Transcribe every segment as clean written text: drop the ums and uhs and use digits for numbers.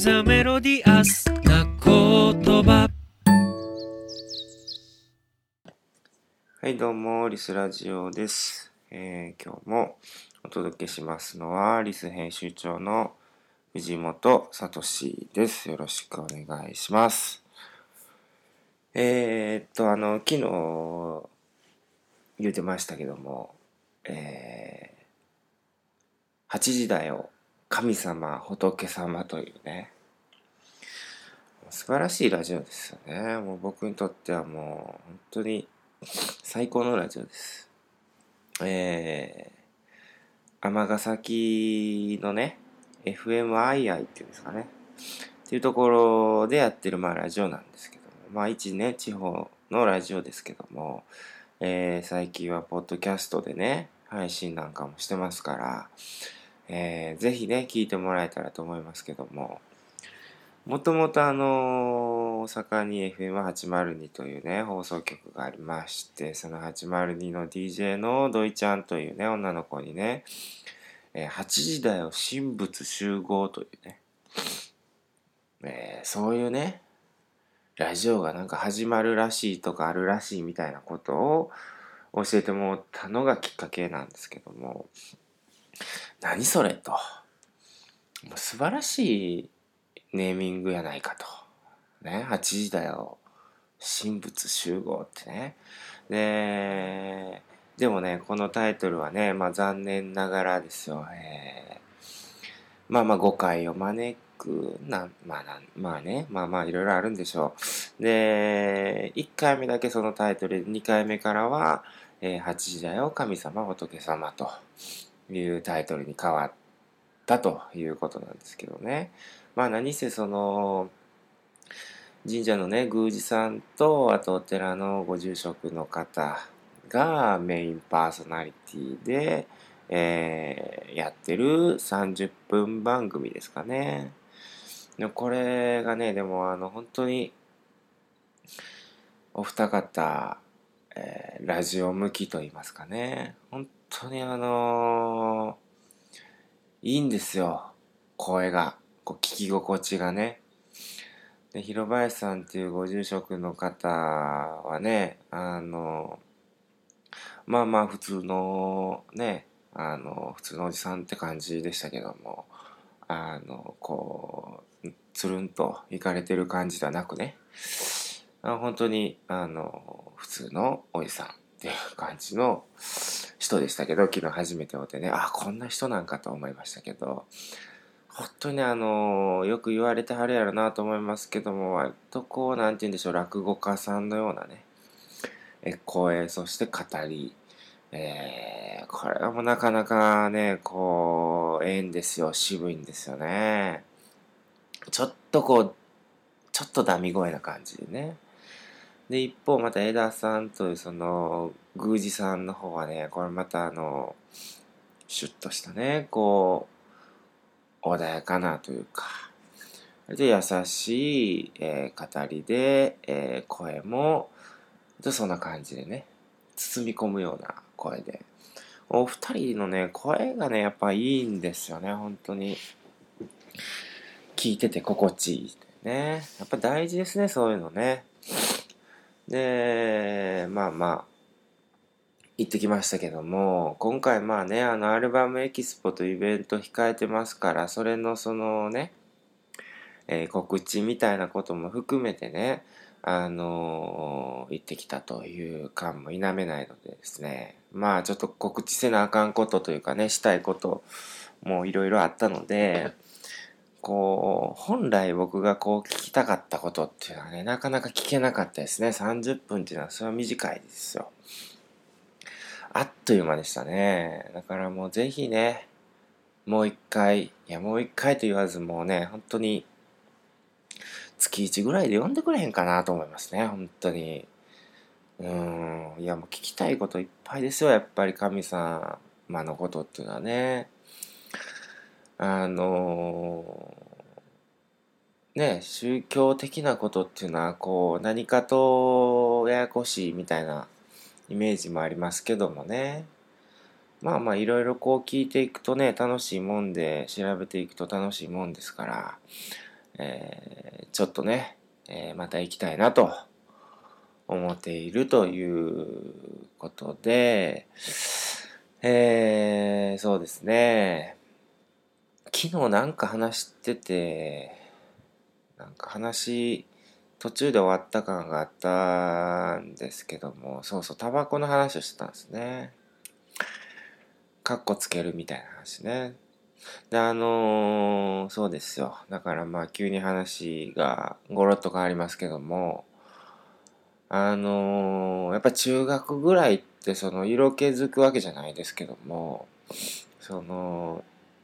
ザメロディアスな言葉。 はい、どうも、リスラジオです。今日もお届けしますのは、リス編集長の藤本聡です。よろしくお願いします。昨日言ってましたけども、8時だよ、神様、仏様というね、素晴らしいラジオですよね。もう僕にとってはもう本当に最高のラジオです。尼崎のね、FMII っていうんですかね。っていうところでやってるラジオなんですけども、一ね、地方のラジオですけども、最近はポッドキャストでね、配信なんかもしてますから、ぜひね、聞いてもらえたらと思いますけども、もともと大阪に FM802 というね、放送局がありまして、その802の DJ の土井ちゃんというね、女の子にね、8時だよ、神仏集合というね、そういうね、ラジオがなんか始まるらしいとかあるらしいみたいなことを教えてもらったのがきっかけなんですけども、何それと。もう素晴らしいネーミングやないかと。ね、8時だよ、神仏集合ってね。でもね、このタイトルはね、残念ながらですよ。誤解を招くいろいろあるんでしょう。で、1回目だけそのタイトルで、2回目からは、8時だよ、神様、仏様というタイトルに変わったということなんですけどね。何せその、神社のね、宮司さんと、あとお寺のご住職の方がメインパーソナリティで、やってる30分番組ですかね。でもこれがね、でも本当にお二方、ラジオ向きと言いますかね。本当にいいんですよ。声が。聞き心地がね。で、広林さんっていうご住職の方はね、普通のね、普通のおじさんって感じでしたけども、つるんといかれてる感じではなくね、本当に、普通のおじさんっていう感じの人でしたけど、昨日初めて会ってね、こんな人なんかと思いましたけど、本当にね、よく言われてはるやろなと思いますけども、割となんて言うんでしょう、落語家さんのようなね、声、そして語り、これはもうなかなかね、ええんですよ、渋いんですよね。ちょっとダミ声な感じでね。で、一方、また枝さんというその、宮司さんの方はね、これまたシュッとしたね、穏やかなというか、で、優しい、語りで、声も、そんな感じでね、包み込むような声で。お二人のね、声がね、やっぱいいんですよね、本当に。聞いてて心地いいね。やっぱ大事ですね、そういうのね。で、行ってきましたけども、今回アルバムエキスポというイベント控えてますから、それのそのね、告知みたいなことも含めてね、行ってきたという感も否めないのでですね、ちょっと告知せなあかんことというかね、したいこともいろいろあったので、本来僕が聞きたかったことっていうのはね、なかなか聞けなかったですね。30分っていうのはそれは短いですよ。あっという間でしたね。だからもうぜひね、もう一回と言わずもうね、本当に月1ぐらいで読んでくれへんかなと思いますね、本当に。いやもう聞きたいこといっぱいですよ、やっぱり神様のことっていうのはね。宗教的なことっていうのは何かとややこしいみたいなイメージもありますけどもね。いろいろ聞いていくとね、楽しいもんで、調べていくと楽しいもんですから、 ちょっとね、また行きたいなと思っているということで、そうですね。昨日なんか話してて、なんか話途中で終わった感があったんですけども、そうそう、タバコの話をしてたんですね。カッコつけるみたいな話ね。で、そうですよ。だからまあ急に話がゴロッと変わりますけども、やっぱ中学ぐらいってその色気づくわけじゃないですけども、その、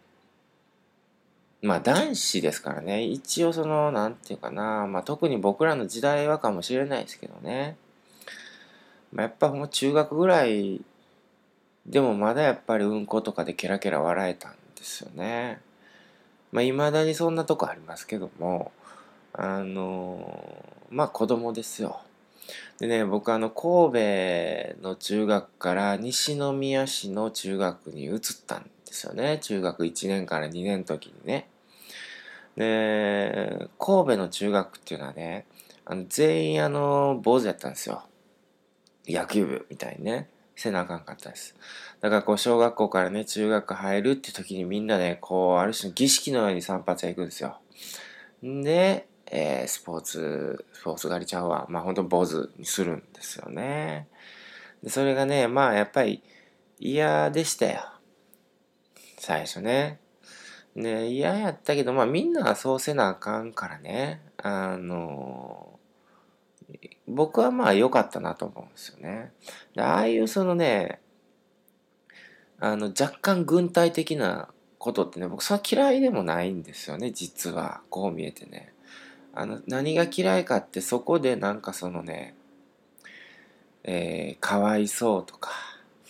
まあ男子ですからね、一応その、なんていうかな、まあ特に僕らの時代はかもしれないですけどね、まあ、やっぱもう中学ぐらいでもまだやっぱりうんことかでケラケラ笑えたんですよね。まあ未だにそんなとこありますけども、まあ子供ですよ。でね、僕神戸の中学から西宮市の中学に移ったんですよね。中学1年から2年の時にね。で、神戸の中学っていうのはね、全員坊主やったんですよ。野球部みたいにね。せなあかんかったです。だからこう小学校からね、中学入るって時にみんなね、こう、ある種の儀式のように散髪屋行くんですよ。で、スポーツ狩りちゃうわ。まあ本当に坊主にするんですよね。で、それがね、まあやっぱり嫌でしたよ。最初ね。ね、嫌やったけど、まあみんなはそうせなあかんからね。僕はまあ良かったなと思うんですよね。で、ああいうそのね、若干軍隊的なことってね、僕そんな嫌いでもないんですよね、実は。こう見えてね。何が嫌いかってそこでなんかそのね、かわいそうとか、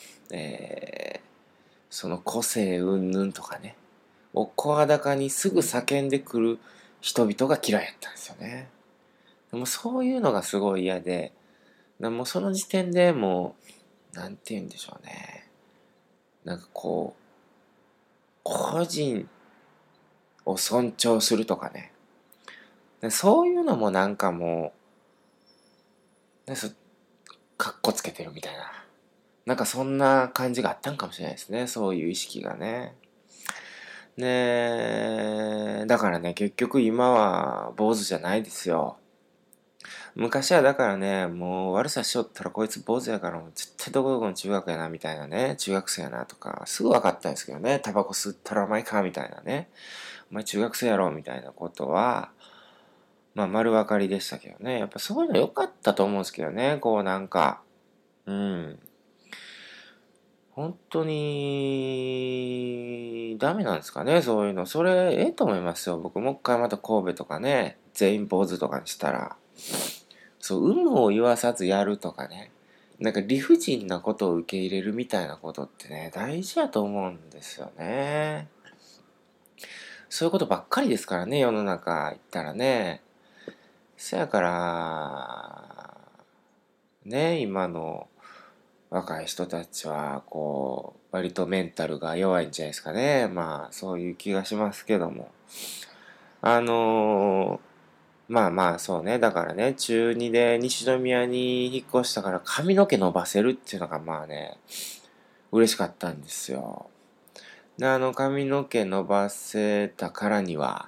その個性云々とかね、を声高にすぐ叫んでくる人々が嫌いやったんですよね。でもそういうのがすごい嫌で、もうその時点でもう、なんて言うんでしょうね。なんかこう、個人を尊重するとかね。そういうのもなんかもう、かっこつけてるみたいな。なんかそんな感じがあったんかもしれないですね。そういう意識がね。ね、だからね、結局今は坊主じゃないですよ。昔はだからね、もう悪さしよったらこいつ坊主やからもう絶対どこどこの中学やなみたいなね、中学生やなとか、すぐ分かったんですけどね、タバコ吸ったらお前かみたいなね、お前中学生やろみたいなことは、まあ丸分かりでしたけどね、やっぱそういうの良かったと思うんですけどね、こうなんか、うん。本当に、ダメなんですかね、そういうの。それ、ええと思いますよ。僕、もう一回また神戸とかね、全員坊主とかにしたら、そう、有無を言わさずやるとかね、なんか理不尽なことを受け入れるみたいなことってね、大事やと思うんですよね。そういうことばっかりですからね、世の中行ったらね。そやから、ね、今の若い人たちは、こう、割とメンタルが弱いんじゃないですかね。まあ、そういう気がしますけども。あのーまあまあ、そうね。だからね、中2で西宮に引っ越したから髪の毛伸ばせるっていうのがまあね、嬉しかったんですよ。で、髪の毛伸ばせたからには、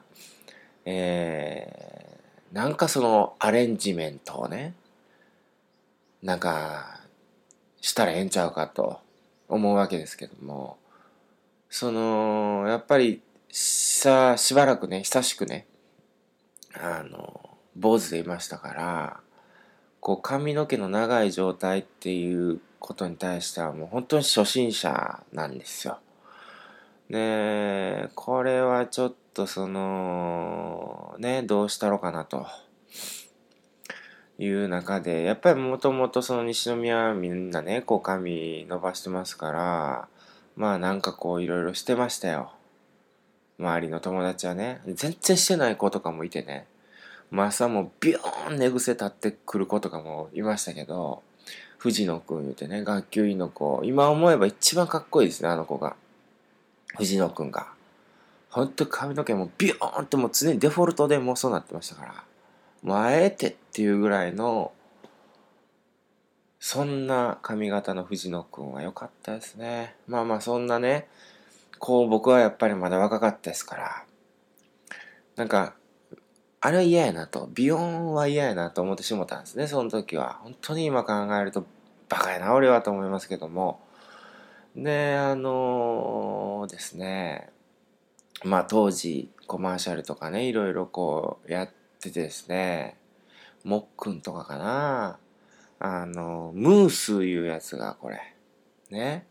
なんかそのアレンジメントをね、なんか、したらええんちゃうかと思うわけですけども、やっぱりしばらくね、久しくね、坊主でいましたから、こう髪の毛の長い状態っていうことに対してはもう本当に初心者なんですよ。で、これはちょっとどうしたろうかなという中で、やっぱりもともとその西宮はみんなね、こう髪伸ばしてますから、まあなんかこういろいろしてましたよ。周りの友達はね、全然してない子とかもいてね、朝もビヨーン寝癖立ってくる子とかもいましたけど、藤野くん言うてね、学級委員の子、今思えば一番かっこいいですね、あの子が。藤野くんが。 ほんと髪の毛もビヨーンってもう常にデフォルトでもうそうなってましたから、もうあえてっていうぐらいの、そんな髪型の藤野くんは良かったですね。まあまあそんなね、こう僕はやっぱりまだ若かったですから、なんか、あれは嫌やなと、美容は嫌やなと思ってしもたんですね、その時は。本当に今考えると、バカやな、俺はと思いますけども。で、ですね、まあ当時、コマーシャルとかね、いろいろこうやっててですね、もっくんとかかな、ムースいうやつがこれ、ね、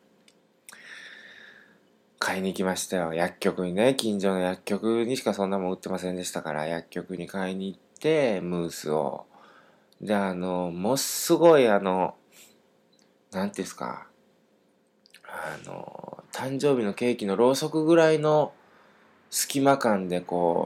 買いに行きましたよ。薬局にね、近所の薬局にしかそんなもん売ってませんでしたから、薬局に買いに行って、ムースを。で、もっすごいなんていうんですか、誕生日のケーキのろうそくぐらいの隙間感でこ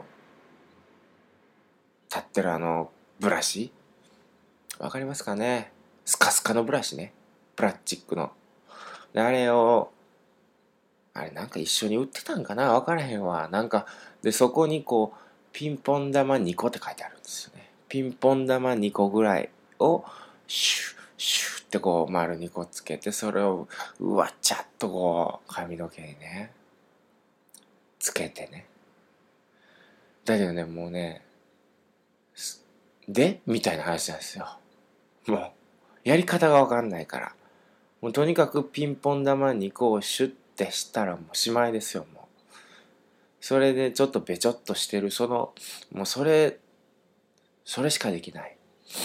う、立ってるブラシわかりますかね。スカスカのブラシね。プラスチックの。で、あれを、あれなんか一緒に売ってたんかなわからへんわ。なんか、で、そこにこう、ピンポン玉2個って書いてあるんですよね。ピンポン玉2個ぐらいを、シュッ、シュッってこう、丸2個つけて、それを、うわちゃっとこう、髪の毛にね、つけてね。だけどね、もうね、みたいな話なんですよ。もう、やり方がわかんないから。もうとにかくピンポン玉2個をシュッてしたらもうしまいですよ、もう。それでちょっとべちょっとしてる、もうそれしかできない。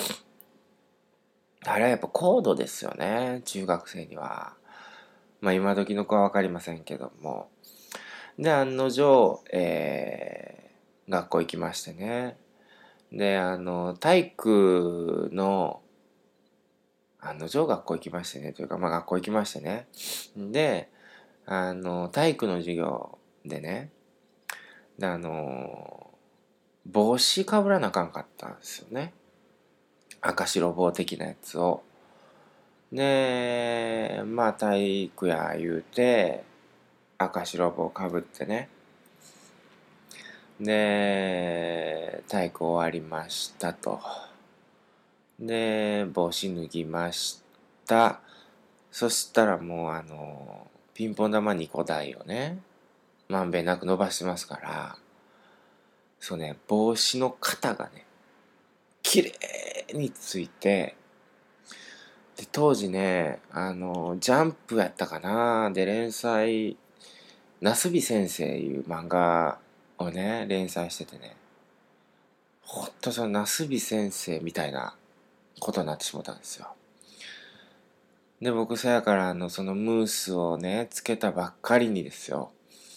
あれはやっぱ高度ですよね、中学生には。まあ今時の子はわかりませんけども。で、案の定、学校行きましてね。で、体育の、案の定学校行きましてね、というか、まあ学校行きましてね。で、体育の授業でね、で、帽子かぶらなあかんかったんですよね。赤白帽的なやつを。で、まあ体育や言うて、赤白帽かぶってね。で、体育終わりましたと。で、帽子脱ぎました。そしたらもうピンポン玉2個台をね、まんべんなく伸ばしてますから、そうね、帽子の肩がね、綺麗について、で、当時ね、ジャンプやったかなで、連載、なすび先生いう漫画をね、連載しててね、ほんとそのなすび先生みたいなことになってしまったんですよ。で、僕さやからそのムースをね、つけたばっかりにですよ。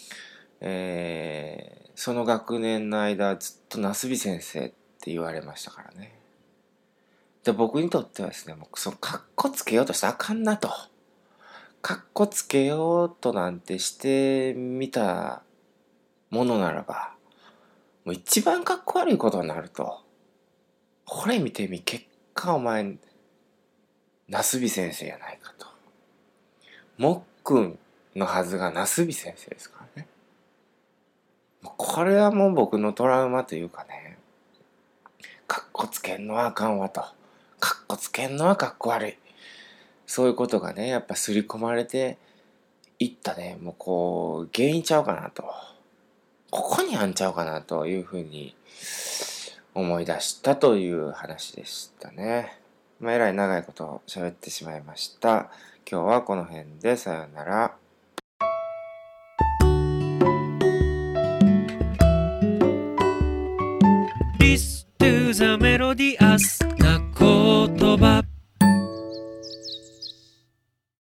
その学年の間ずっとなすび先生って言われましたからね。で、僕にとってはですね、もうそのカッコつけようとしたらあかんなと。カッコつけようとなんてしてみたものならば、もう一番かっこ悪いことになると。これ見てみ、結果お前、なすび先生やないかと。もっくんのはずがなすび先生ですからね。これはもう僕のトラウマというかね、かっこつけんのはあかんわと。かっこつけんのはかっこ悪い。そういうことがね、やっぱ刷り込まれていったね、もうこう、原因ちゃうかなと。ここにあんちゃうかなというふうに思い出したという話でしたね。まあ、えらい長いこと喋ってしまいました。今日はこの辺でさよなら。 Listen to the melodious